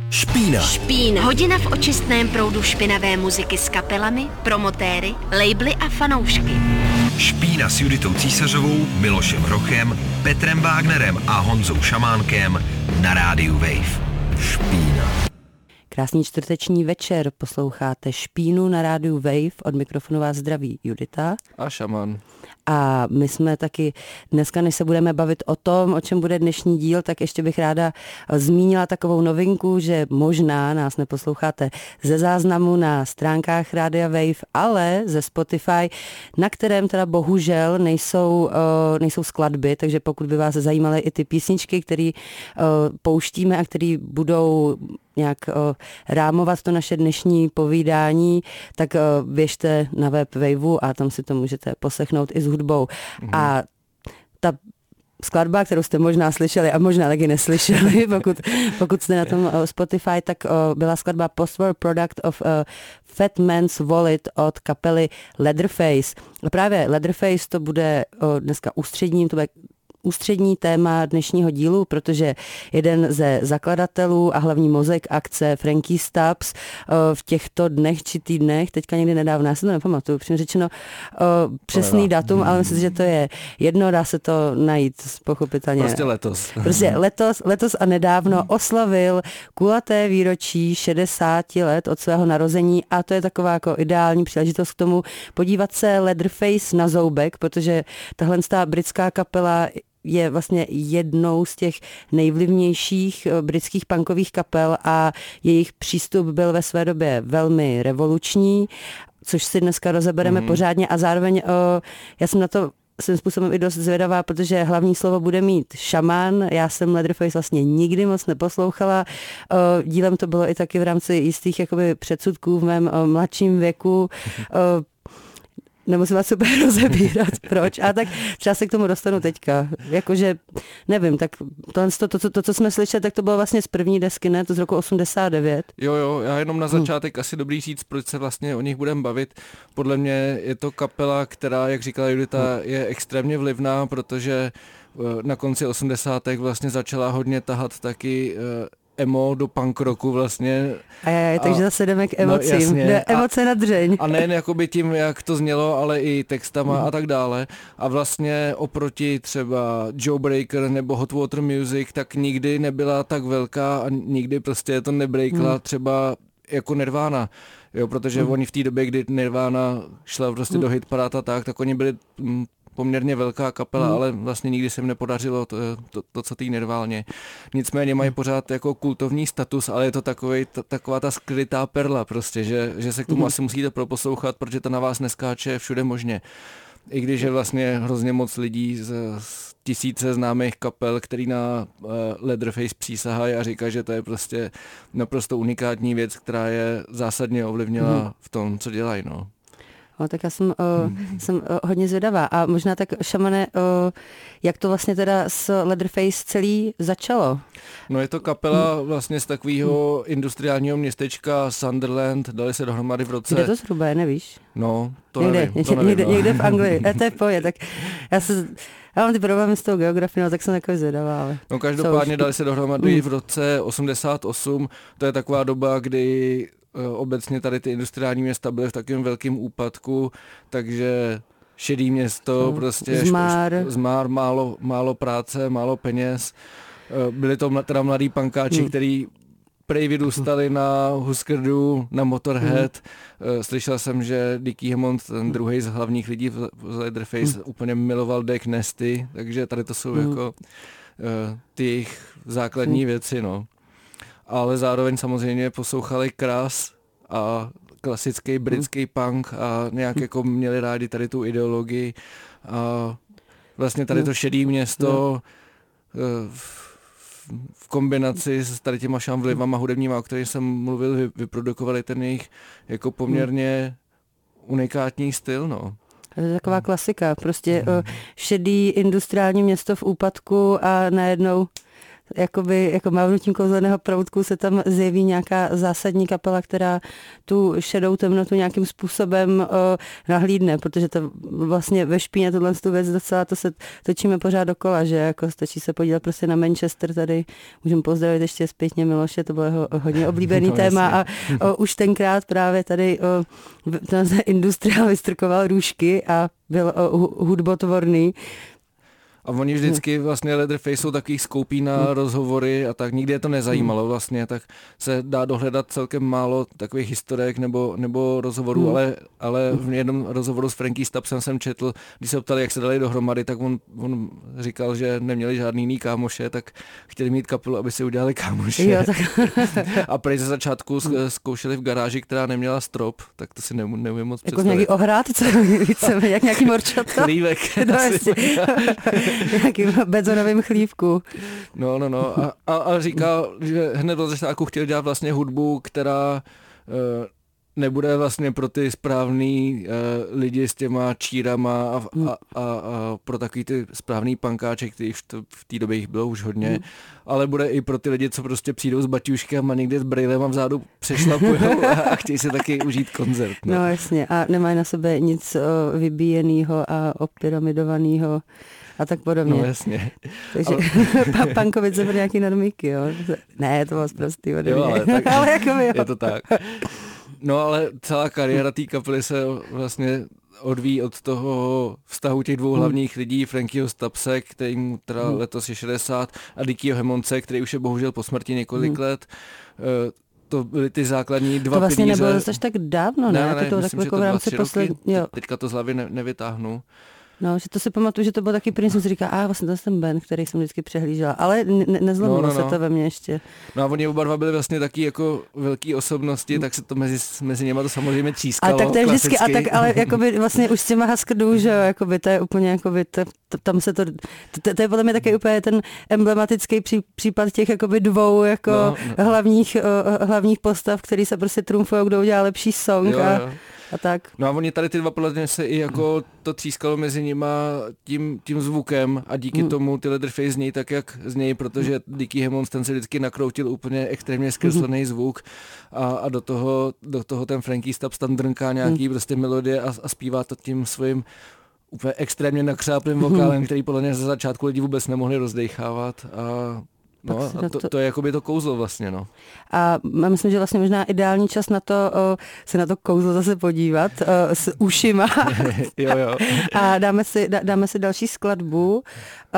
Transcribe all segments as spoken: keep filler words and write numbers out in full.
Špína. Špína. Hodina v očistném proudu špinavé muziky s kapelami, promotéry, labely a fanoušky. Špína s Juditou Císařovou, Milošem Hrochem, Petrem Wagnerem a Honzou Šamánkem na rádiu Wave. Špína. Krásný čtvrteční večer, posloucháte Špínu na rádiu Wave, od mikrofonu vás zdraví Judita. A Šaman. A my jsme taky dneska, než se budeme bavit o tom, o čem bude dnešní díl, tak ještě bych ráda zmínila takovou novinku, že možná nás neposloucháte ze záznamu na stránkách Rádia Wave, ale ze Spotify, na kterém teda bohužel nejsou, nejsou skladby, takže pokud by vás zajímaly i ty písničky, které pouštíme a které budou nějak o, rámovat to naše dnešní povídání, tak o, běžte na web Waveu a tam si to můžete poslechnout i s hudbou. Mm. A ta skladba, kterou jste možná slyšeli a možná taky neslyšeli, pokud, pokud jste na tom o, Spotify, tak o, byla skladba Postwar Product of a Fat Man's Wallet od kapely Leatherface. A právě Leatherface to bude o, dneska ústředním, to bude ústřední téma dnešního dílu, protože jeden ze zakladatelů a hlavní mozek akce Frankie Stubbs v těchto dnech či týdnech, teďka někdy nedávno, já se to nepamatuju, přímě řečeno přesný datum, ale myslím si, že to je jedno, dá se to najít pochopitelně. Prostě letos. Prostě letos, letos a nedávno oslavil kulaté výročí šedesáti let od svého narození a to je taková jako ideální příležitost k tomu podívat se Leatherface na zoubek, protože tahle britská kapela je vlastně jednou z těch nejvlivnějších britských punkových kapel a jejich přístup byl ve své době velmi revoluční, což si dneska rozebereme mm. pořádně a zároveň o, já jsem na to svým způsobem i dost zvědavá, protože hlavní slovo bude mít Šaman. Já jsem Leatherface vlastně nikdy moc neposlouchala. O, dílem to bylo i taky v rámci jistých jakoby předsudků v mém o, mladším věku. O, Nemusím vás super rozebírat, proč. A tak třeba se k tomu dostanu teďka. Jakože, nevím, tak to, to, to, to, to, co jsme slyšeli, tak to bylo vlastně z první desky, ne? To z roku osmdesát devět. Jo, jo, já jenom na začátek hmm. asi dobrý říct, proč se vlastně o nich budeme bavit. Podle mě je to kapela, která, jak říkala Judita, hmm. je extrémně vlivná, protože na konci osmdesátých vlastně začala hodně tahat taky emo do punk rocku vlastně. A já, takže zase jdeme k emocím. No, jasně. Emoce na dřeň. A nejen jakoby tím, jak to znělo, ale i textama mm. a tak dále. A vlastně oproti třeba Joe Breaker nebo Hot Water Music, tak nikdy nebyla tak velká a nikdy prostě to nebreakla mm. třeba jako Nirvana. Jo, protože mm. oni v té době, kdy Nirvana šla prostě mm. do hitparád a tak, tak oni byli mm, poměrně velká kapela, hmm. ale vlastně nikdy se jim nepodařilo to, to, to co tý Nirváně. Nicméně mají pořád jako kultovní status, ale je to takovej, t- taková ta skrytá perla prostě, že, že se k tomu hmm. asi musíte proposlouchat, protože to na vás neskáče všude možně. I když je vlastně hrozně moc lidí z, z tisíce známých kapel, který na uh, Leatherface přísahají a říkají, že to je prostě naprosto unikátní věc, která je zásadně ovlivnila hmm. v tom, co dělají, no. O, tak já jsem, o, jsem o, hodně zvědavá. A možná tak, Šamane, o, jak to vlastně teda s Leatherface celý začalo? No je to kapela vlastně z takového industriálního městečka Sunderland, dali se dohromady v roce... Kde to zhruba je, nevíš? No, to někde, nevím. Někde, to nevím někde, no. někde v Anglii, e, to je v pohodě, tak já se... Já mám ty problémy s tou geografií, no, tak jsem takový zvědavá, ale... No každopádně dali se dohromady v roce osmdesát osm, to je taková doba, kdy obecně tady ty industriální města byly v takovém velkém úpadku, takže šedý město, no, prostě zmár, zmár málo, málo práce, málo peněz. Byli to teda mladí pankáči, hmm. který prej vyrůstali na Huskardu, na Motorhead. Hmm. Slyšel jsem, že Dickie Hammond, ten druhý z hlavních lidí v Leatherface, hmm. úplně miloval Deck Nasty, takže tady to jsou hmm. jako uh, ty jejich základní hmm. věci, no. Ale zároveň samozřejmě poslouchali Crass a klasický britský punk a nějak jako měli rádi tady tu ideologii a vlastně tady to šedý město v, v kombinaci s tady těma šamvlivama hudebníma, o kterých jsem mluvil, vyprodukovali ten jejich jako poměrně unikátní styl, no. To je taková klasika, prostě šedý industriální město v úpadku a najednou jakoby, jako mávnutím kouzelného proutku se tam zjeví nějaká zásadní kapela, která tu šedou temnotu nějakým způsobem o, nahlídne, protože to vlastně ve Špíně tohle tu věc docela, to se točíme pořád dokola, že jako stačí se podívat prostě na Manchester tady, můžeme pozdravit ještě zpětně Miloše, to bylo jeho hodně oblíbený no, téma a o, už tenkrát právě tady o, ten industriál vystrkoval růžky a byl o, hudbotvorný. A oni vždycky vlastně Leatherface jsou takových skoupí na rozhovory a tak, nikdy je to nezajímalo vlastně, tak se dá dohledat celkem málo takových historek nebo, nebo rozhovorů, hmm. ale, ale v jednom rozhovoru s Frankie Stubbsem jsem četl, když se ptali, jak se dali dohromady, tak on, on říkal, že neměli žádný jiný kámoše, tak chtěli mít kapelu, aby si udělali kámoše. Jo, tak... a prej ze začátku zkoušeli v garáži, která neměla strop, tak to si neumím, neumím moc jako představit. Jako nějaký ohrádce, více, jak nějaký morčata. Chlívek. Nějakým bezonovým chlívku. No, no, no. A, a, a říkal, že hned od začátku chtěl dělat vlastně hudbu, která uh, nebude vlastně pro ty správný uh, lidi s těma čírama a, a, a, a pro takový ty správný pankáče, který v, to, v té době jich bylo už hodně, mm. ale bude i pro ty lidi, co prostě přijdou s baťuškem a někde s brejlem a vzadu přešlapujou a, a chtějí si taky užít koncert. No, no jasně. A nemají na sebe nic o, vybíjenýho a opyramidovanýho a tak podobně. No jasně. Takže ale... Pankovice pro nějaký normíky, jo. Ne, to bylo zprostý ode mě. Jo, ale, tak, ale jako jo. Je to tak. No ale celá kariéra té kapely se vlastně odvíjí od toho vztahu těch dvou hlavních hmm. lidí, Frankieho Stubbse, který mu teda hmm. letos je šedesát, a Dickyho Hammonse, který už je bohužel po smrti několik hmm. let. Uh, to byly ty základní dva pilíře. To vlastně pilíře. nebylo zase tak dávno, ne? Ne, ne, to to myslím, tak že to v dva, rámci posled... Teďka to z hlavy ne, nevytáhnu. No, že to si pamatuju, že to byl taky první, jsem si říkal, a vlastně to je ten band, který jsem vždycky přehlížela, ale ne- nezlomilo no, no, no. se to ve mně ještě. No a oni oba dva byli vlastně taky jako velký osobnosti, mm. tak se to mezi, mezi něma to samozřejmě třískalo. A tak to je klasicky. vždycky, a tak ale jakoby vlastně už s těma Huskerdů, že jo, jakoby to je úplně jakoby, to, to, tam se to, to, to je podle mě taky úplně ten emblematický pří, případ těch jakoby dvou jako no, no. hlavních, uh, hlavních postav, který se prostě trumfujou, kdo udělá lepší song jo, a... Jo. A tak. No a oni tady ty dva podle mě se i jako to třískalo mezi nima tím, tím zvukem a díky mm. tomu ty Leatherface znějí tak, jak znějí, protože Dicky Hammond ten se vždycky nakroutil úplně extrémně zkreslený mm. zvuk a, a do toho, do toho ten Frankie Stubbs tam drnká nějaký mm. prostě melodie a, a zpívá to tím svým úplně extrémně nakřáplým vokálem, který podle mě ze začátku lidi vůbec nemohli rozdejchávat a no a to, to je jakoby to kouzlo vlastně, no. A myslím, že vlastně možná ideální čas na to o, se na to kouzlo zase podívat o, s ušima. jo, jo. A dáme si, dá, dáme si další skladbu, o,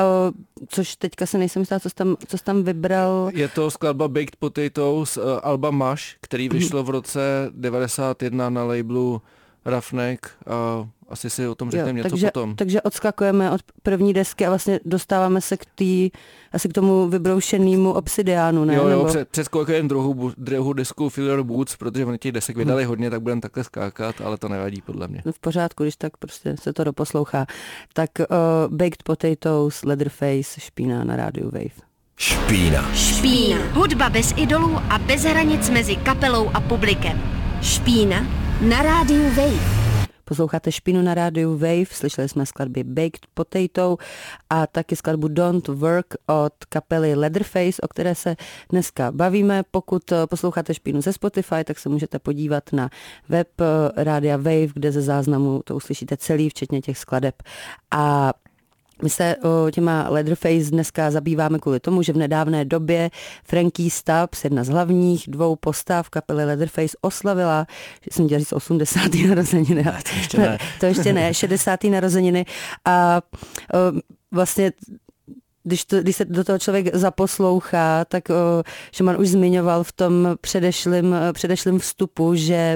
což teďka se nejsem jistá, co jsi tam, co jsi tam vybral. Je to skladba Baked Potatoes, uh, alba Mash, který vyšlo v roce devadesát jedna na labelu Roughneck a asi si o tom řekneme něco takže, potom. Takže odskakujeme od první desky a vlastně dostáváme se k tý, asi k tomu vybroušenému Obsidianu, ne? Jo, jo, Nebo... před, přeskakujeme druhou, druhou desku Fill Your Boots, protože oni těch desek vydali hmm. hodně, tak budeme takhle skákat, ale to nevadí podle mě. No v pořádku, když tak prostě se to doposlouchá. Tak uh, Baked Potatoes, Leatherface, Špína na rádiu Wave. Špína. Špína. Hudba bez idolů a bez hranic mezi kapelou a publikem. Špína na rádiu Wave. Posloucháte Špínu na rádiu Wave, slyšeli jsme skladby Baked Potato a taky skladbu Don't Work od kapely Leatherface, o které se dneska bavíme. Pokud posloucháte Špínu ze Spotify, tak se můžete podívat na web Rádia Wave, kde ze záznamu to uslyšíte celý, včetně těch skladeb. A my se o těma Leatherface dneska zabýváme kvůli tomu, že v nedávné době Frankie Stubbs, jedna z hlavních dvou postav kapely Leatherface, oslavila, jsem chtěla říct osmdesátý narozeniny, ale to ještě ne, to ještě ne šedesátý narozeniny a o, vlastně Když, to, když se do toho člověk zaposlouchá, tak o, Šaman už zmiňoval v tom předešlém, předešlém vstupu, že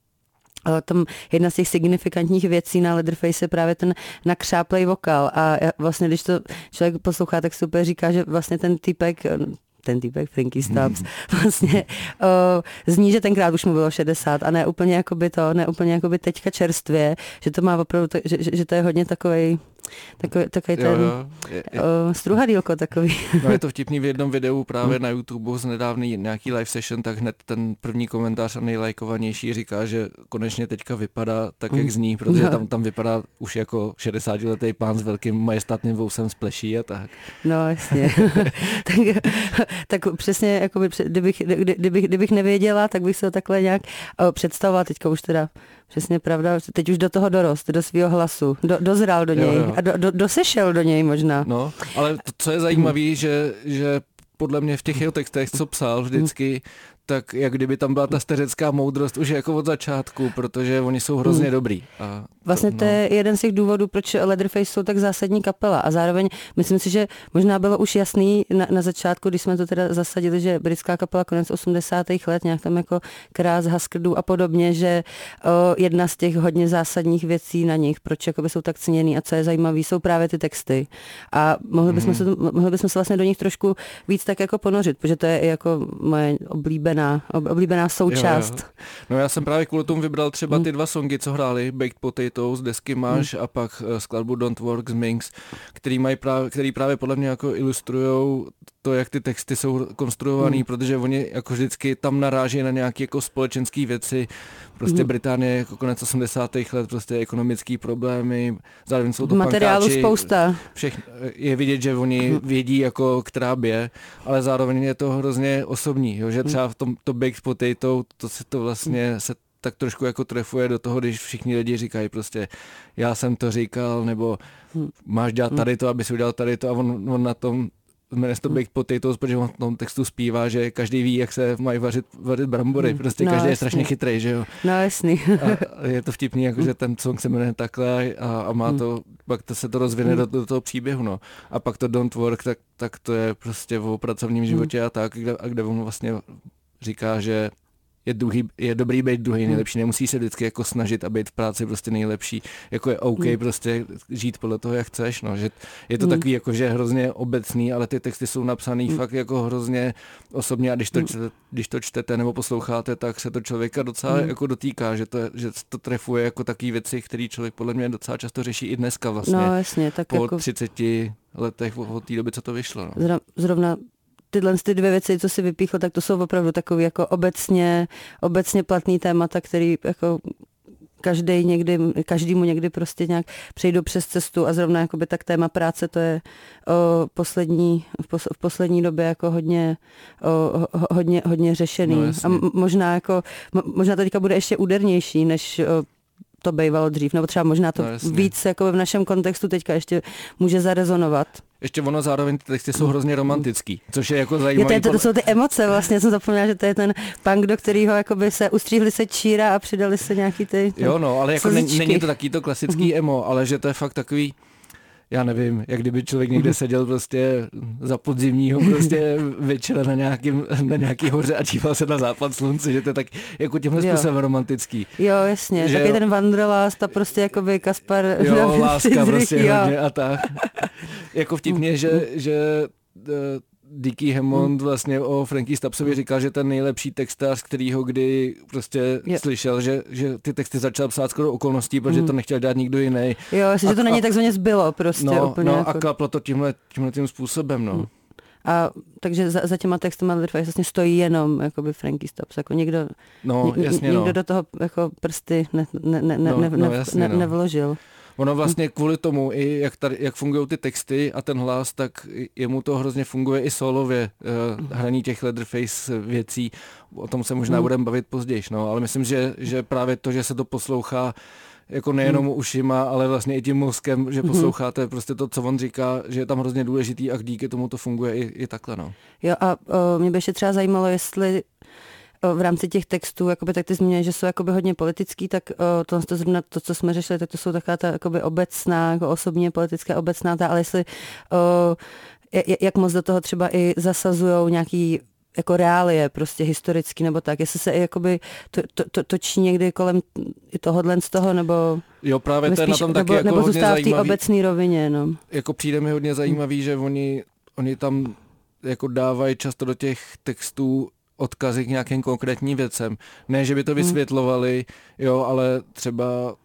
tam jedna z těch signifikantních věcí na Leatherface je právě ten nakřáplej vokál a vlastně když to člověk poslouchá, tak si úplně říká, že vlastně ten týpek ten týpek Frankie Stubbs vlastně o, zní, že tenkrát už mu bylo šedesát a ne úplně jakoby to, ne úplně jakoby teďka čerstvě, že to má opravdu, že, že, že to je hodně takovej takový, takový ten jo, jo. Je, je. Uh, struhadýlko takový. No je to vtipný v jednom videu právě na YouTube z nedávný nějaký live session, tak hned ten první komentář a nejlajkovanější říká, že konečně teďka vypadá tak, jak zní, protože no. tam, tam vypadá už jako šedesátiletý pán s velkým majestátným vousem z pleší a tak. No jasně. tak, tak přesně, jakoby, kdybych, kdybych, kdybych nevěděla, tak bych se ho takhle nějak uh, představovala. Teďka už teda přesně pravda, teď už do toho dorost, do svého hlasu, do, dozrál do něj jo, jo. a do, do, dosešel do něj možná. No, ale to, co je zajímavé, že, že podle mě v těch jeho textech, co psal vždycky, tak jak kdyby tam byla ta stařecká moudrost už jako od začátku, protože oni jsou hrozně dobrý. A to, vlastně to no. je jeden z těch důvodů, proč Leatherface jsou tak zásadní kapela a zároveň myslím si, že možná bylo už jasný na, na začátku, když jsme to teda zasadili, že britská kapela konec osmdesátých let, nějak tam jako Krás, Huskardů a podobně, že o, jedna z těch hodně zásadních věcí na nich, proč jakoby jsou tak ceněný a co je zajímavý, jsou právě ty texty. A mohli bychom, hmm. se, mohli bychom se vlastně do nich trošku víc tak jako ponořit, protože to je i jako moje oblíbená oblíbená součást. Jo, jo. No já jsem právě kvůli tomu vybral třeba ty dva songy, co hráli, Baked Potatoes, Desky Máš hmm. a pak skladbu Don't Work z Minx, který, mají právě, který právě podle mě jako ilustrujou to, jak ty texty jsou konstruovaný, hmm. protože oni jako vždycky tam naráží na nějaké jako společenské věci. Prostě hmm. Británie jako konec osmdesátých let, prostě ekonomické problémy, zároveň jsou to materiálu pankáči, spousta. Všechno, je vidět, že oni hmm. vědí, jako která bije, ale zároveň je to hrozně osobní, jo, že třeba v tom to Baked Potato, to se to vlastně se tak trošku jako trefuje do toho, když všichni lidi říkají prostě, já jsem to říkal, nebo máš dělat tady to, aby si udělal tady to a on, on na tom jmenuje se to Baked Potatoes, protože on v tom textu zpívá, že každý ví, jak se mají vařit, vařit brambory. Prostě no, každý jasný. je strašně chytrý, že jo. No jasný. A je to vtipný, jakože ten song se jmenuje takhle a, a má to, pak to se to rozvine do, do toho příběhu, no. A pak to Don't Work, tak, tak to je prostě o pracovním životě a tak, kde, a kde on vlastně říká, že je, druhý, je dobrý být druhý nejlepší, nemusí se vždycky jako snažit a být v práci prostě nejlepší, jako je OK hmm. prostě žít podle toho, jak chceš, no, že je to hmm. takový jako, že hrozně obecný, ale ty texty jsou napsaný hmm. fakt jako hrozně osobně a když to, čtete, když to čtete nebo posloucháte, tak se to člověka docela hmm. jako dotýká, že to, že to trefuje jako takový věci, který člověk podle mě docela často řeší i dneska vlastně, no, jasně, tak po jako... třiceti letech od té doby, co to vyšlo. No. Zrovna tyhle ty dvě věci, co si vypíchl, tak to jsou opravdu takový jako obecně, obecně platný témata, který jako každý někdy, každému někdy prostě nějak přejdou přes cestu a zrovna jakoby tak téma práce, to je o, poslední, v, pos, v poslední době jako hodně, o, ho, hodně, hodně řešený. No, a m- možná jako, m- možná to teďka bude ještě údernější, než o, to bývalo dřív, nebo třeba možná to no, víc jako v našem kontextu teďka ještě může zarezonovat. Ještě ono zároveň ty texty jsou hrozně romantický, což je jako zajímavé. Je to, to, to jsou ty emoce vlastně, jsem zapomněla, že to je ten punk, do kterého jakoby se ustříhli se číra a přidali se nějaký ty Jo no, ale jako není, není to taky to klasický emo, ale že to je fakt takový, já nevím, jak kdyby člověk někde seděl prostě za podzimního prostě večera na, nějakým, na nějaký hoře a díval se na západ slunce, že to je tak jako tímhle způsobem romantický. Jo, jasně, že taky ten Wanderlust a prostě jakoby Kaspar... Jo, láska prostě jo. hodně a tak. Jako vtipně, že, že Dickie Hammond vlastně o Frankie Stubbsovi říkal, že ten nejlepší textář, kterýho kdy prostě je. slyšel, že, že ty texty začal psát skoro okolností, protože mm. to nechtěl dát nikdo jiný. Jo, jestli, že to není takzvaně zbylo prostě no, úplně. No jako... a klaplo to tímhle, tímhle tím způsobem, no. Mm. A takže za, za těma textama Leatherface vlastně stojí jenom jakoby Frankie Stubbs, jako někdo, no, jasně, někdo no. do toho jako prsty ne, ne, ne, no, ne, no, ne, jasně, ne, no. nevložil. Ono vlastně kvůli tomu, i jak, tady, jak fungují ty texty a ten hlas, tak jemu to hrozně funguje i solově, uh, hraní těch Leatherface věcí. O tom se možná mm. budeme bavit později, no, ale myslím, že, že právě to, že se to poslouchá jako nejenom mm. ušima, ale vlastně i tím mozkem, že posloucháte prostě to, co on říká, že je tam hrozně důležitý a díky tomu to funguje i, i takhle, no. Jo a o, mě by ještě třeba zajímalo, jestli v rámci těch textů, jakoby, tak ty zmíněny, že jsou jakoby hodně politický, tak o, to, to, zrovna to, co jsme řešili, tak to jsou taková ta jakoby obecná, jako osobně politická obecná, ta, ale jestli o, jak moc do toho třeba i zasazujou nějaký jako reálie, prostě historicky nebo tak, jestli se i jakoby to, to, to, točí někdy kolem i tohohle z toho, nebo... Jo, právě to je na tom taky nebo, jako nebo hodně zůstává v té zajímavý. obecné rovině, no. Jako přijde mi hodně zajímavý, že oni, oni tam jako dávají často do těch textů odkazy k nějakým konkrétním věcem. Ne, že by to vysvětlovali, jo, ale třeba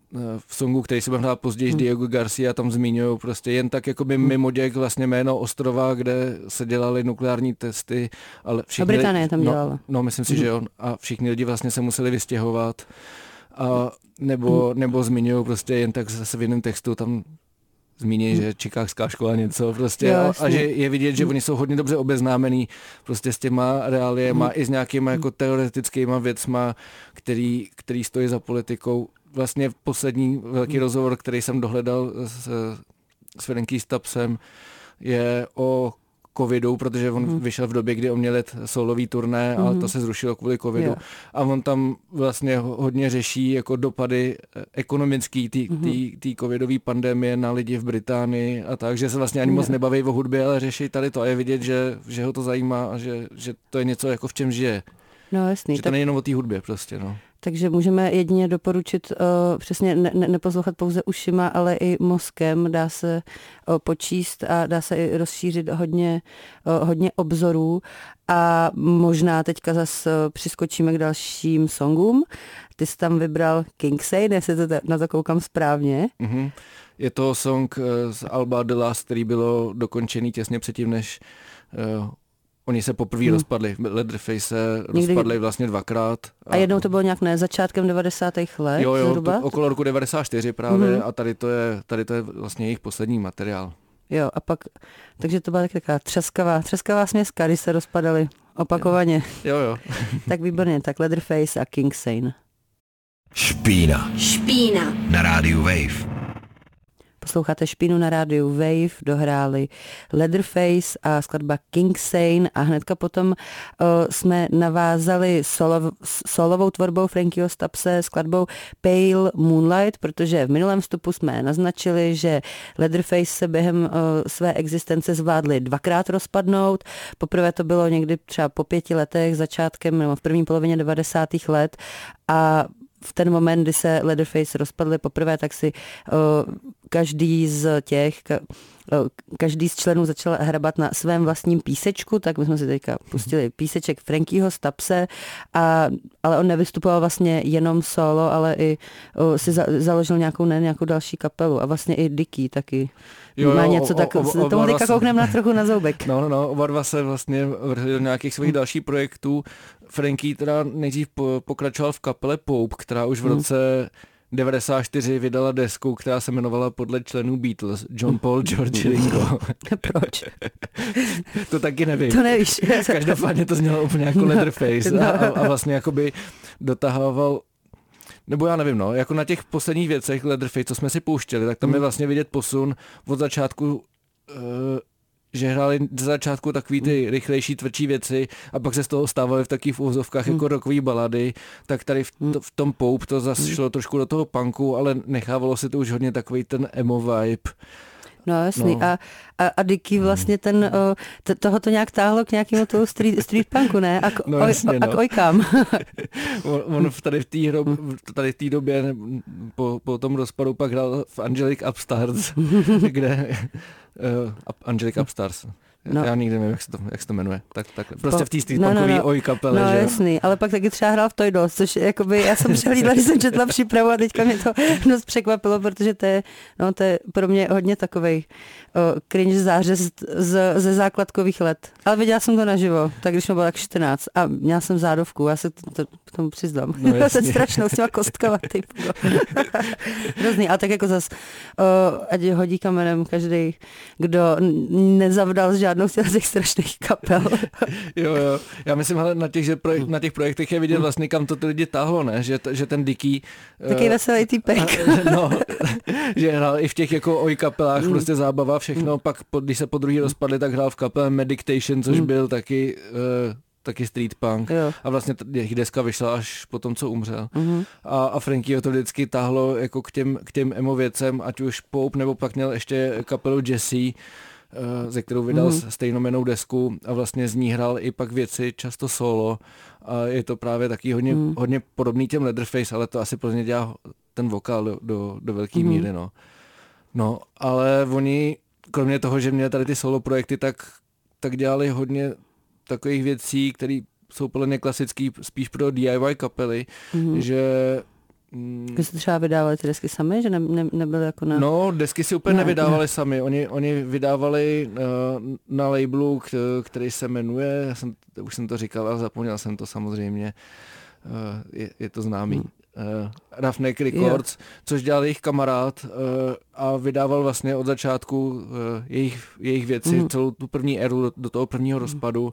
v songu, který se bude hrát později, hmm. Diego Garcia tam zmiňují prostě jen tak jakoby hmm. mimo děk vlastně jméno ostrova, kde se dělaly nukleární testy. Ale všichni, a Británie tam dělala. No, no myslím si, hmm. že jo. A všichni lidi vlastně se museli vystěhovat. A nebo, hmm. nebo zmiňují prostě jen tak zase v jiném textu tam zmíní, že čikákská škola něco prostě jo, a, a že je vidět, že oni jsou hodně dobře obeznámení prostě s těma reáliema hmm. i s nějakýma jako teoretickýma věcma, který, který stojí za politikou. Vlastně poslední velký hmm. rozhovor, který jsem dohledal s, s Franky Stubbsem, je o covidu, protože on hmm. vyšel v době, kdy on měl let solový turné, hmm. ale to se zrušilo kvůli covidu. Jo. A on tam vlastně hodně řeší jako dopady ekonomický té hmm. covidové pandemie na lidi v Británii a tak, že se vlastně ani moc nebaví o hudbě, ale řeší tady to a je vidět, že, že ho to zajímá a že, že to je něco, jako v čem žije. No jasný. Že to tak... není jenom o té hudbě prostě, no. Takže můžeme jedině doporučit uh, přesně ne, ne, neposlouchat pouze ušima, ale i mozkem. Dá se uh, počíst a dá se i rozšířit hodně, uh, hodně obzorů. A možná teďka zase uh, přiskočíme k dalším songům. Ty jsi tam vybral Kingsane, jestli to na to koukám správně. Mm-hmm. Je to song uh, z alba The Last, který bylo dokončený těsně předtím, než... Uh, Oni se poprvé hmm. rozpadli, Leatherface se Někdy... rozpadli vlastně dvakrát. A... a jednou to bylo nějak ne, začátkem devadesátých let jo, jo, zhruba? To, okolo roku devadesát čtyři právě hmm. a tady to, je, tady to je vlastně jejich poslední materiál. Jo, a pak, takže to byla taková třaskavá, třaskavá směska, když se rozpadali opakovaně. Jo, jo. Tak výborně, tak Leatherface a Kingsane. Špína. Špína. Na rádiu Wave. Posloucháte Špínu na rádiu Wave, dohráli Leatherface a skladba Kingsane a hnedka potom uh, jsme navázali solov, solovou tvorbou Frankyho Stubbse skladbou Pale Moonlight, protože v minulém vstupu jsme naznačili, že Leatherface se během uh, své existence zvládli dvakrát rozpadnout. Poprvé to bylo někdy třeba po pěti letech, začátkem nebo v první polovině devadesátých let a v ten moment, kdy se Leatherface rozpadli poprvé, tak si uh, každý z těch, ka, uh, každý z členů začal hrabat na svém vlastním písečku, tak my jsme si teďka pustili píseček Frankyho Stubbse, a, ale on nevystupoval vlastně jenom solo, ale i uh, si za, založil nějakou, ne, nějakou další kapelu a vlastně i Dicky taky. Jo, má něco, o, tak o, o, tomu teďka koukneme na trochu na zoubek. No, no, no, oba dva se vlastně vrhli do nějakých svých dalších projektů. Franky teda nejdřív po, pokračoval v kapele Pope, která už v hmm. roce devadesát čtyři vydala desku, která se jmenovala podle členů Beatles, John Paul, George, Ringo. Proč? To taky nevím. To nevíš. Každopádně to znělo úplně jako Leatherface no. a, a vlastně jakoby dotahával, nebo já nevím, no, jako na těch posledních věcech Leatherface, co jsme si pouštěli, tak tam hmm. je vlastně vidět posun od začátku, uh, že hráli z začátku takový ty rychlejší, tvrdší věci a pak se z toho stávaly v takových úvozovkách hmm. jako rockový balady, tak tady v, to, v tom Pope to zase šlo trošku do toho punku, ale nechávalo se to už hodně takový ten emo vibe. No jasný. No. A, a, a Dicky vlastně ten, o, t- toho to nějak táhlo k nějakému toho street, street punku, ne? A k, no, oj, jasně, a no. k ojkám. on, on tady v té hro, tady v té době po, po tom rozpadu pak hrál v Angelic Upstarts, kde uh, Angelic Upstars. No. Já nikdy nevím, jak se to, jak se to jmenuje. Tak, tak, prostě v té street punkový no, no, no. oj kapele. No že? Jasný, ale pak taky třeba hrál v Toy Dolls, což jakoby, já jsem přehlídla, když jsem četla přípravu a teďka mě to dost překvapilo, protože to je, no, to je pro mě hodně takovej o, cringe zářez z, ze základkových let. Ale viděla jsem to naživo, tak když mi bylo tak čtrnáct a měla jsem zádovku, já se to, to, k tomu přiznám. No, jsem strašnou s těma kostkama. Hrozný, ale tak jako zas, o, ať hodí kamenem každý, kdo nezavdal žádnou z těch strašných kapel. Jo, jo. Já myslím, ale na těch, že projek- na těch projektech je vidět vlastně, kam to ty lidi táhlo, ne? Že, t- že ten Dicky... Taky uh, veselý týpek. No, že hrál i v těch jako oj kapelách, mm. prostě zábava, všechno. Mm. Pak, po, když se po druhý rozpadli, tak hrál v kapele Medication, což mm. byl taky... Uh, taky street punk. Jo. A vlastně jejich deska vyšla až po tom, co umřel. Mm-hmm. A, a Frankyho to vždycky táhlo jako k těm, k těm emo věcem, ať už Pope, nebo pak měl ještě kapelu Jesse, ze kterou vydal mm. stejnomennou desku a vlastně z ní hrál i pak věci často solo a je to právě taky hodně, mm. hodně podobný těm Leatherface, ale to asi pro ně dělá ten vokál do, do, do velké mm. míry, no. No, ale oni, kromě toho, že měli tady ty solo projekty, tak, tak dělali hodně takových věcí, které jsou podle mě klasický spíš pro D I Y kapely, mm. že Vy jste třeba vydávali ty desky sami, že ne, ne, nebyly jako na... No, desky si úplně ne, nevydávali ne. sami, oni, oni vydávali uh, na labelu, který se jmenuje, já jsem, už jsem to říkal, ale zapomněl jsem to samozřejmě, uh, je, je to známý. Hmm. Uh, Roughneck Records, jo. Což dělal jejich kamarád uh, a vydával vlastně od začátku uh, jejich, jejich věci, mm. celou tu první éru do, do toho prvního mm. rozpadu,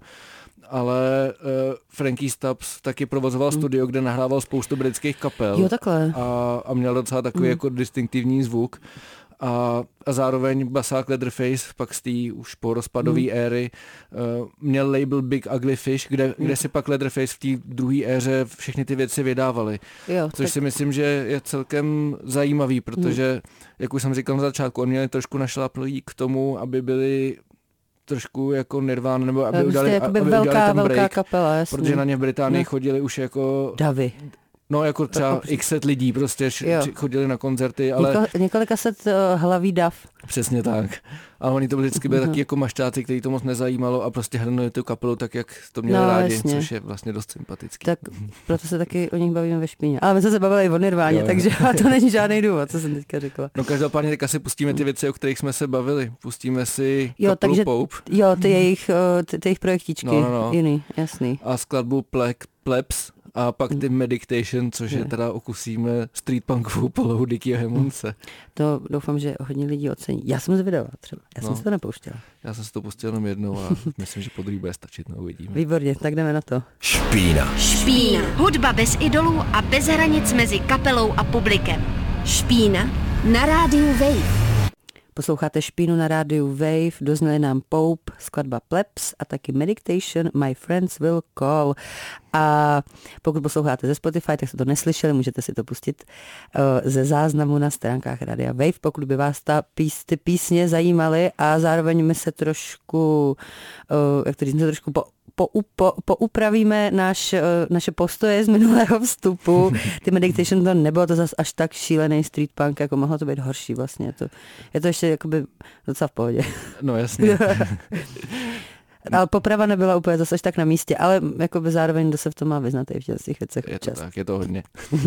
ale uh, Frankie Stubbs taky provozoval mm. studio, kde nahrával spoustu britských kapel. Jo, takhle. A, a měl docela takový mm. jako distinktivní zvuk. A, a zároveň basák Leatherface, pak z té už po rozpadové mm. éry, uh, měl label Big Ugly Fish, kde, mm. kde si pak Leatherface v té druhé éře všechny ty věci vydávali. Jo, což tak... si myslím, že je celkem zajímavý, protože, mm. jak už jsem říkal na začátku, oni měli trošku našlaplý k tomu, aby byli trošku jako Nirvana, nebo aby udali, aby velká, udali ten break, velká kapela, jasný. Protože na ně v Británii no. chodili už jako... Davy. No jako třeba x set lidí prostě jo. chodili na koncerty, ale... Něko, několika set uh, hlaví dav. Přesně tak. Ale oni to vždycky byli uh-huh. taky jako maštáci, který to moc nezajímalo a prostě hrnuli tu kapelu tak, jak to měli no, rádi, jasně. Což je vlastně dost sympatický. Tak proto se taky o nich bavíme ve Špíně. Ale my jsme se bavili i o Nirváně, takže to není žádný důvod, co jsem teďka řekla. No každopádně teďka si pustíme ty věci, o kterých jsme se bavili. Pustíme si jo, kapelu takže, Pope. Jo, ty jejich, ty, ty jejich projektičky. No, no, no. Jiný, jasný. A skladbu Plek, Plebs. A pak ty Meditation, což je teda okusíme street punkovou polohou Dickyho Hammonse. To doufám, že hodně lidí ocení. Já jsem zvědavá třeba, já jsem no, se to nepouštěla. Já jsem se to pustil jenom jednou a myslím, že podruhé bude stačit, no uvidíme. Výborně, tak jdeme na to. Špína. Špína. Hudba bez idolů a bez hranic mezi kapelou a publikem. Špína na rádiu Wave. Posloucháte Špínu na rádiu Wave, dozněli nám Pope, skladba Plebs a taky Meditation, My Friends Will Call. A pokud posloucháte ze Spotify, tak jste to neslyšeli, můžete si to pustit uh, ze záznamu na stránkách Rádia Wave, pokud by vás ta pís, ty písně zajímaly a zároveň my se trošku, uh, jak to říct, trošku po Po, po, poupravíme náš, naše postoje z minulého vstupu. Ty Meditation to nebylo to zas až tak šílený street punk, jako mohlo to být horší vlastně. To, je to ještě jakoby docela v pohodě. No jasně. Ale poprava nebyla úplně zase až tak na místě, ale jakoby zároveň kdo se v tom má vyznat i v těch věcech. Je to tak, je to hodně.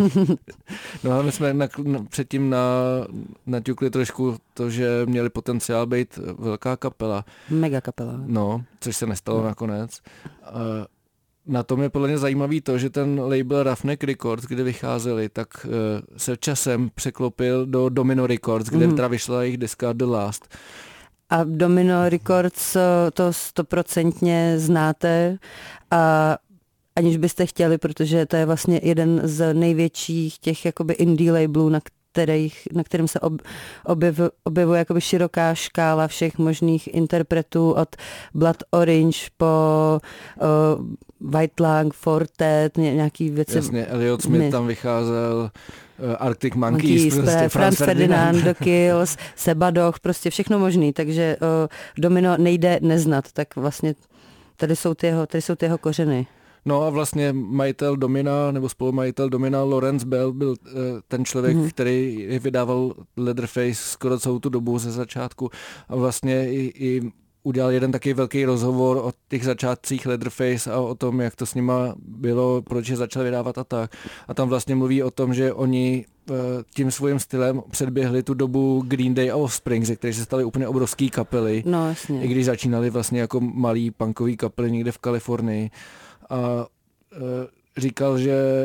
No ale my jsme na, na, předtím na, naťukli trošku to, že měli potenciál být velká kapela. Mega kapela. No, což se nestalo no. nakonec. Uh, na tom je podle mě zajímavý to, že ten label Roughneck Records, kde vycházeli, tak uh, se časem překlopil do Domino Records, kde mm. teda vyšla jejich deska The Last. A Domino Records to stoprocentně znáte a aniž byste chtěli, protože to je vlastně jeden z největších těch jakoby indie labelů, na kterých, na kterém se ob, objev, objevuje jakoby široká škála všech možných interpretů od Blood Orange po uh, White Lung, Fortet, nějaký věci. Jasně, Elliot Smith my, tam vycházel, uh, Arctic Monkeys, Monkeys prostě, Franz, Franz Ferdinand, The Kills, Sebadoh, prostě všechno možný, takže uh, Domino nejde neznat, tak vlastně tady jsou ty jeho, tady jsou ty jeho kořeny. No a vlastně majitel Domina, nebo spolumajitel Domina, Lawrence Bell, byl uh, ten člověk, mm-hmm. který vydával Leatherface skoro celou tu dobu ze začátku a vlastně i, i udělal jeden takový velký rozhovor o těch začátcích Leatherface a o tom, jak to s nima bylo, proč je začal vydávat a tak. A tam vlastně mluví o tom, že oni uh, tím svým stylem předběhli tu dobu Green Day a Offspring, ze kterých se staly úplně obrovský kapely. No, jasně. I když začínali vlastně jako malý punkový kapely někde v Kalifornii. A uh, říkal, že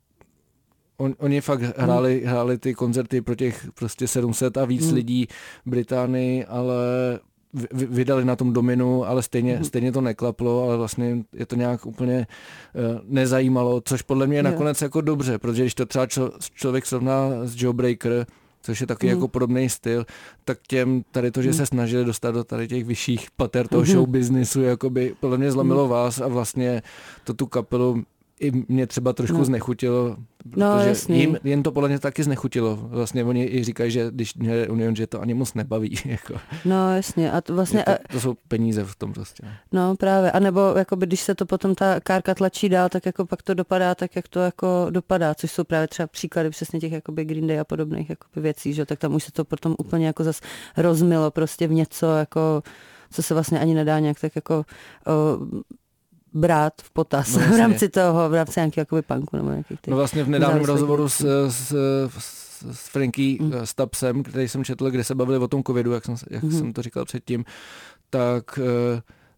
on, oni fakt hráli, hráli ty koncerty pro těch prostě sedm set a víc hmm. lidí v Británii, ale vy, vydali na tom Dominu, ale stejně, hmm. stejně to neklaplo, ale vlastně je to nějak úplně uh, nezajímalo, což podle mě je nakonec jako dobře, protože když to třeba člo, člověk srovná s Joe Breaker, což je taky mm. jako podobný styl, tak těm tady to, že mm. se snažili dostat do tady těch vyšších pater toho mm. show businessu, jakoby podle mě zlomilo mm. vás a vlastně to tu kapelu i mě třeba trošku no. znechutilo, protože no, jim, jim to podle mě taky znechutilo. Vlastně oni i říkají, že když měli Union, že to ani moc nebaví. Jako. No jasně. A to, vlastně, to, to jsou peníze v tom prostě. No právě. A nebo jakoby, když se to potom ta kárka tlačí dál, tak jako pak to dopadá tak, jak to jako dopadá, což jsou právě třeba příklady přesně těch jakoby Green Day a podobných jakoby věcí, že tak tam už se to potom úplně jako zas rozmilo prostě v něco, jako, co se vlastně ani nedá nějak tak jako o, brát v potaz no, v rámci toho, v rámci nějakého jakoby punku nebo nějakých těch. No vlastně v nedávném rozhovoru s, s, s Frankie mm. Stubbsem, který jsem četl, kde se bavili o tom covidu, jak jsem, jak mm. jsem to říkal předtím, tak uh,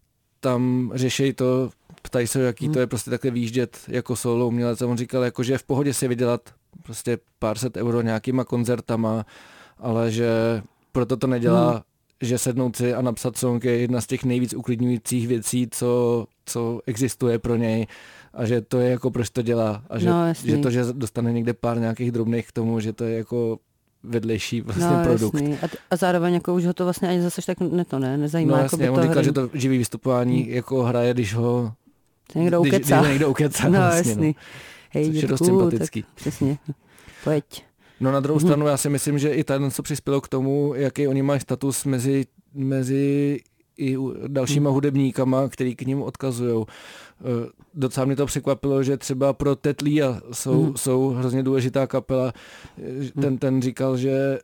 tam řeší to, ptají se, jaký mm. to je prostě takhle výjíždět jako solo umělec. A on říkal, jako, že je v pohodě si vydělat prostě pár set euro nějakýma koncertama, ale že proto to nedělá, mm. že sednout si a napsat song je jedna z těch nejvíc uklidňujících věcí, co, co existuje pro něj a že to je jako proč to dělá a že, no, že to, že dostane někde pár nějakých drobných k tomu, že to je jako vedlejší vlastně no, produkt. A, t- a zároveň jako už ho to vlastně ani zase tak ne, to ne, nezajímá. No jasně, on říkal, že to živý vystupování hmm. jako hraje, když ho někdo když, ukecá. Když někdo ukecá. No vlastně, jasný. No. Hej, což je dost sympatický. Tak, přesně. Pojď. No na druhou stranu já si myslím, že i ten, co přispělo k tomu, jaký oni mají status mezi, mezi i dalšíma hudebníkama, který k ním odkazujou. Docela mě to překvapilo, že třeba pro Ted Lea jsou, mm. jsou hrozně důležitá kapela. Ten, ten říkal, že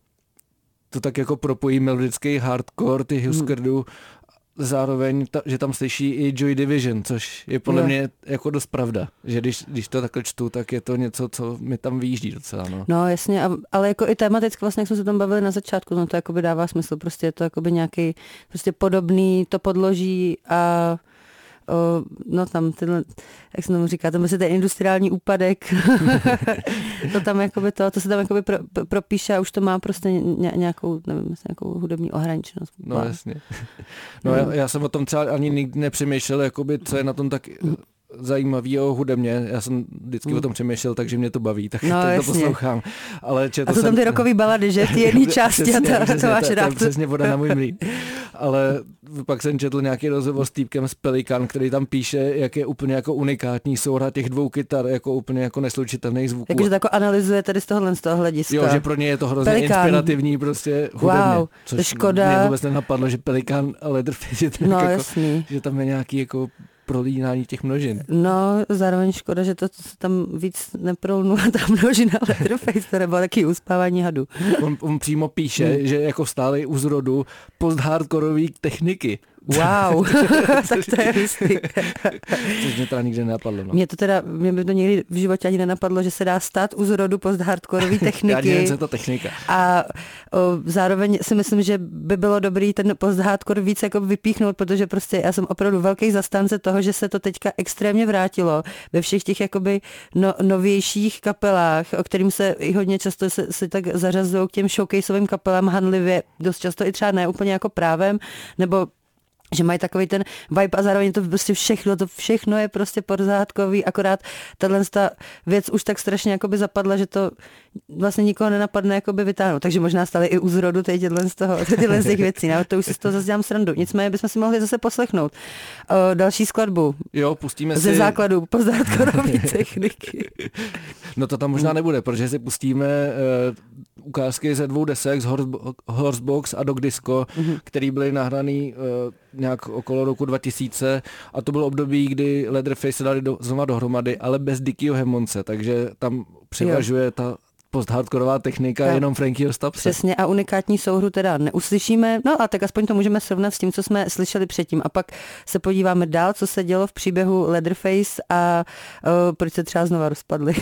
to tak jako propojí melodický hardcore, ty Huskerdů, zároveň, ta, že tam slyší i Joy Division, což je podle no. mě jako dost pravda, že když, když to takhle čtu, tak je to něco, co mi tam vyjíždí docela. No, no jasně, a, ale jako i tematicky vlastně, jak jsme se tam bavili na začátku, no to jakoby dává smysl, prostě je to jakoby nějaký prostě podobný, to podloží a O, no tam tyhle, jak se tomu říká, tam prostě ten industriální úpadek, to tam jakoby to, to se tam jakoby pro, pro, propíše a už to má prostě ně, nějakou, nevím, nějakou hudební ohraničenost. No Bá. jasně. No mm. já, já jsem o tom třeba ani nikdy nepřemýšlel, jakoby, co je na tom tak zajímavého hudebně. Já jsem vždycky mm. o tom přemýšlel, takže mě to baví, tak, no, tak to poslouchám. Ale a to jsem... tam ty rokový balady, že? Ty jedné části přesně, a to, přesně, to máš to, rád. To je přesně voda na můj mlýn. Ale pak jsem četl nějaký rozhovor s týpkem z Pelikan, který tam píše, jak je úplně jako unikátní souhra těch dvou kytar, jako úplně jako neslučitelných zvuků. Takže to jako analyzuje tady z tohohle z toho hlediska. Jo, že pro ně je to hrozně Pelikan. Inspirativní prostě hudebně. Wow, což to škoda. Mě vůbec nenapadlo, že Pelikan a Leatherface je tak no, jako, jasný. že tam je nějaký jako prolínání těch množin. No, zároveň škoda, že to se tam víc neprolnula ta množina Leatherface, to nebylo taky uspávání hadu. On, on přímo píše, hmm. že jako stále u zrodu post-hardkorový techniky. Wow, tak to je hustý. Což mě teda nikdy nenapadlo. No. Mě to teda, mě by to nikdy v životě ani nenapadlo, že se dá stát u zrodu post-hardkorový techniky. Já nevím, co je to technika. A o, zároveň si myslím, že by bylo dobrý ten post-hardcore víc jako vypíchnout, protože prostě já jsem opravdu velký zastánce toho, že se to teďka extrémně vrátilo ve všech těch jakoby no, novějších kapelách, o kterým se i hodně často se, se tak zařazují k těm showcaseovým kapelám hanlivě, dost často i třeba ne úplně jako právem, nebo že mají takový ten vibe a zároveň to prostě všechno, to všechno je prostě pořádkový, akorát tahle věc už tak strašně jakoby zapadla, že to vlastně nikoho nenapadne jakoby vytáhnout. Takže možná stále i u zrodu tyhle z toho, tyhle z těch věcí, ne? To už si z toho zase dělám srandu. Nicméně bychom si mohli zase poslechnout o, další skladbu. Jo, pustíme si... Ze základu pořádkový techniky. No to tam možná nebude, protože si pustíme uh, ukázky ze dvou desek z Horsebox a Dog Disco, mm-hmm. který byly nahraný uh, nějak okolo roku dva tisíce a to bylo období, kdy Leatherface se dali do, znova dohromady, ale bez Dickyho Hammonse, takže tam převažuje jo. ta post-hardkorová technika, jo. jenom Frankieho Stubbse. Přesně a unikátní souhru teda neuslyšíme, no a tak aspoň to můžeme srovnat s tím, co jsme slyšeli předtím a pak se podíváme dál, co se dělo v příběhu Leatherface a o, proč se třeba znova rozpadli.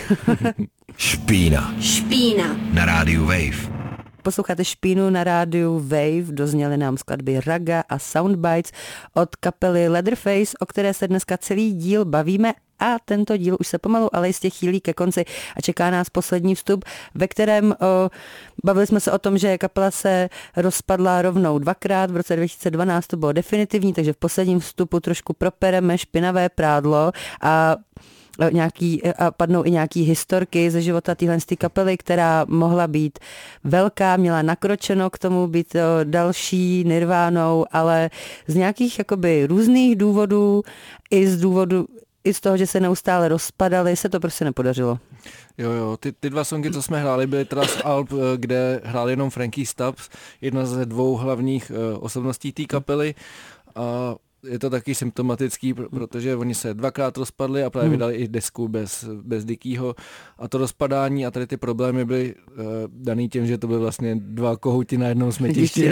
Špína. Špína. Na rádiu Wave. Posloucháte Špínu na rádiu Wave, dozněly nám skladby Raga a Soundbites od kapely Leatherface, o které se dneska celý díl bavíme a tento díl už se pomalu, ale jistě chýlí ke konci a čeká nás poslední vstup, ve kterém o, bavili jsme se o tom, že kapela se rozpadla rovnou dvakrát, v roce dva tisíce dvanáct to bylo definitivní, takže v posledním vstupu trošku propereme špinavé prádlo a nějaký, a padnou i nějaký historky ze života téhle kapely, která mohla být velká, měla nakročeno k tomu být další Nirvánou, ale z nějakých jakoby různých důvodů i z důvodu i z toho, že se neustále rozpadaly, se to prostě nepodařilo. Jo, jo, ty, ty dva songy, co jsme hráli, byly teda z alb, kde hrál jenom Frankie Stubbs, jedna ze dvou hlavních uh, osobností té kapely a je to taky symptomatický, protože oni se dvakrát rozpadli a právě hmm. vydali i desku bez, bez Dickyho a to rozpadání a tady ty problémy byly uh, daný tím, že to byly vlastně dva kohouti na jednom smetišti.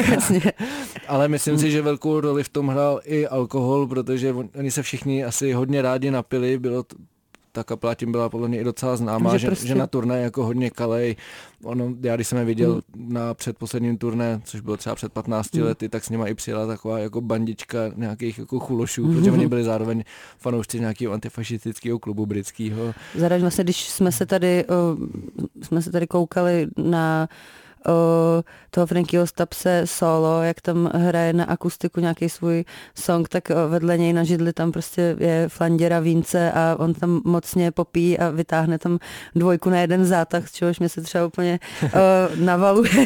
Ale myslím hmm. si, že velkou roli v tom hrál i alkohol, protože oni se všichni asi hodně rádi napili, bylo to, ta kapela tím byla podle mě i docela známá, že, že, prostě... že na turné jako hodně kalej. Ono, já když jsem je viděl mm. na předposledním turné, což bylo třeba před patnácti mm. lety, tak s nima i přijela taková jako bandička nějakých jako chulošů, mm. protože oni byli zároveň fanoušci nějakého antifašistického klubu britského. Zároveň vlastně, když jsme se tady, uh, jsme se tady koukali na O toho Frankyho Stubbse solo, jak tam hraje na akustiku nějaký svůj song, tak vedle něj na židli tam prostě je flanděra vínce a on tam mocně popí a vytáhne tam dvojku na jeden zátah, z čehož mě se třeba úplně o, navaluje.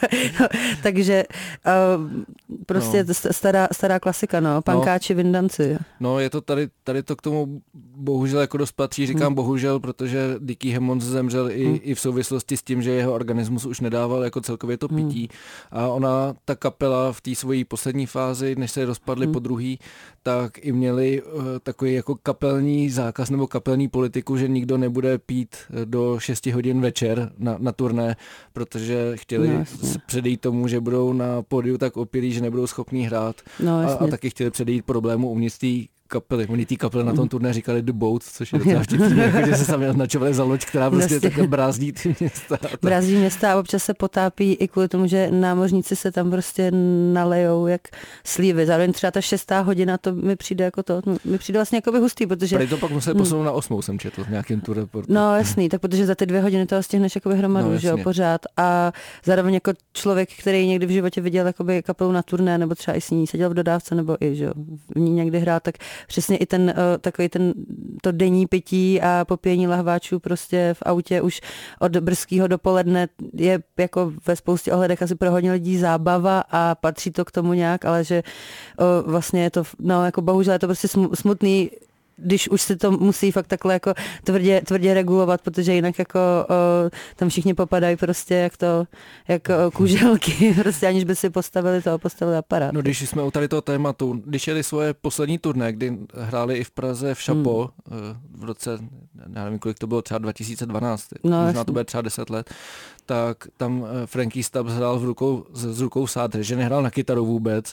Takže o, prostě no. stará, stará klasika, no, pankáči, no. Vindanci. No, je to tady, tady to k tomu bohužel jako dost patří, říkám hmm. bohužel, protože Dickie Hammond zemřel i, hmm. i v souvislosti s tím, že jeho organismus už nedával jako celkově to pití. Hmm. A ona, ta kapela v té svojí poslední fázi, než se rozpadly hmm. po druhý, tak i měli uh, takový jako kapelní zákaz nebo kapelní politiku, že nikdo nebude pít do šesti hodin večer na, na turné, protože chtěli no, předejít tomu, že budou na pódiu tak opilí, že nebudou schopní hrát. No, a, a taky chtěli předejít problému uvnitř té kapely. Oni té kapely na tom turné říkali The Boat, což je docela vtipný, jako, že se sami označovali za loď, která prostě takhle brázdí ty města. Brázdí města a občas se potápí i kvůli tomu, že námořníci se tam prostě nalejou jak slívy. Zároveň třeba ta šestá hodina, to mi přijde jako to, mi přijde vlastně jako by hustý, protože... Tady to pak museli posunout na osmou, jsem četl v nějakém tour reportu. No jasný, tak protože za ty dvě hodiny toho stihneš jakoby hromadu, no, že jo, pořád. A zároveň jako člověk, který někdy v životě viděl jakoby kapelu na turné, nebo třeba i s ní seděl v dodávce, nebo i, že jo, v ní někdy hrál, tak přesně i ten uh, takový ten to denní pití a popíjení lahváčů prostě v autě už od brzkého dopoledne je jako ve spoustě ohledech asi pro hodně lidí zábava a patří to k tomu nějak, ale že uh, vlastně je to, no jako bohužel je to prostě smutný, když už se to musí fakt takhle jako tvrdě, tvrdě regulovat, protože jinak jako o, tam všichni popadají prostě jak to, jak o, kuželky, prostě aniž by si postavili to, postavili aparát. No když jsme u tady toho tématu, když jeli svoje poslední turné, kdy hráli i v Praze v Chapeau hmm. v roce, já nevím kolik to bylo, třeba dva tisíce dvanáct, no, možná jasný. To bude třeba deset let, tak tam Franky Stubbs hrál v rukou, s rukou sádře, že nehrál na kytaru vůbec.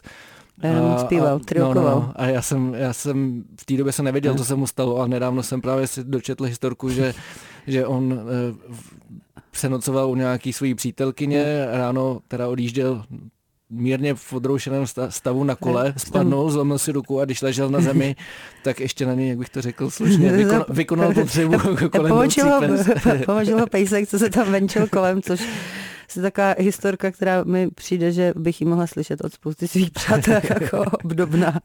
A, zpíval, triokoval. No, no, a já jsem, já jsem v té době jsem nevěděl, ne. co se mu stalo a nedávno jsem právě si dočetl historku, že, že on eh, se nocoval u nějaký svojí přítelkyně, ne. ráno teda odjížděl mírně v odroušeném stavu na kole, spadnul, zlomil si ruku a když ležel na zemi, tak ještě na něj, jak bych to řekl slušně, vykon, vykonal potřebu kolem Pomožil ho pejsek, co se tam venčil kolem, což je taková historka, která mi přijde, že bych ji mohla slyšet od spousty svých přátel jako obdobná.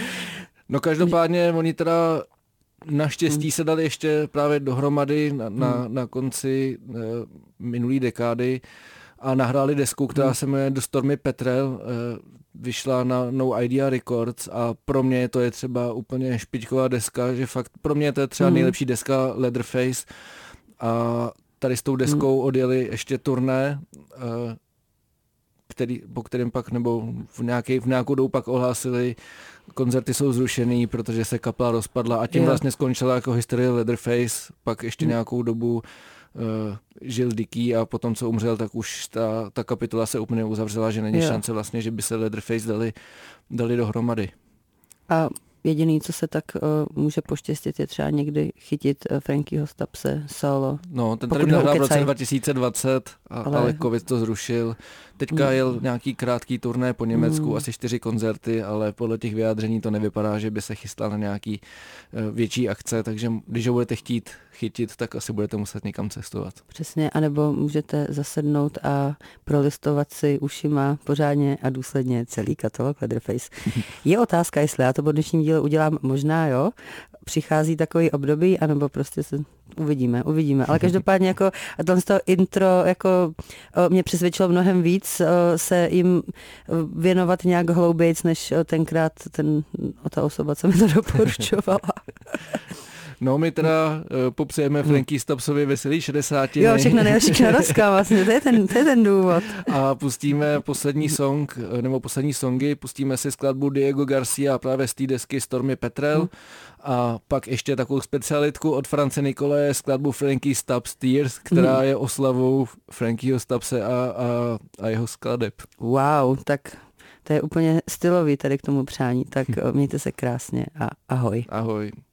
No každopádně oni teda naštěstí se dali ještě právě dohromady na, na, na konci uh, minulý dekády a nahráli desku, která se jmenuje The Stormy Petrel, uh, vyšla na No Idea Records a pro mě to je třeba úplně špičková deska, že fakt pro mě to je třeba nejlepší deska Leatherface a tady s tou deskou odjeli ještě turné, který, po kterém pak, nebo v, nějaký, v nějakou dobu pak ohlásili, koncerty jsou zrušený, protože se kapela rozpadla a tím vlastně skončila jako historie Leatherface, pak ještě nějakou dobu uh, žil Dickie a potom, co umřel, tak už ta, ta kapitola se úplně uzavřela, že není šance vlastně, že by se Leatherface dali, dali dohromady. A jediný, co se tak uh, může poštěstit, je třeba někdy chytit uh, Frankyho Stubbse solo. No, ten tady měl hrát v roce dva tisíce dvacet, a, ale... ale covid to zrušil. Teďka mm. jel nějaký krátký turné po Německu, mm. asi čtyři koncerty, ale podle těch vyjádření to nevypadá, že by se chystal na nějaký uh, větší akce, takže když ho budete chtít chytit, tak asi budete muset někam cestovat. Přesně, anebo můžete zasednout a prolistovat si ušima pořádně a důsledně celý katalog Leatherface. Je otázka, jestli já to po dnešním díle udělám, možná jo, přichází takový období, anebo prostě se uvidíme, uvidíme. Ale každopádně jako a tohle z toho intro jako o, mě přesvědčilo mnohem víc o, se jim věnovat nějak hloubějc, než o, tenkrát ten, o ta osoba, co mi to doporučovala. No my teda uh, popřejeme Franky Stubbsovi veselý šedesátiny. Jo, všechno nejlepší k narozkám vlastně, to je, ten, to je ten důvod. A pustíme poslední song, nebo poslední songy, pustíme si skladbu Diego Garcia právě z té desky Stormy Petrel hmm. a pak ještě takovou specialitku od France Nikolaje, skladbu Franky Stubbs Tears, která hmm. je oslavou Frankyho Stubbse a, a, a jeho skladeb. Wow, tak to je úplně stylový tady k tomu přání, tak mějte se krásně a ahoj. Ahoj.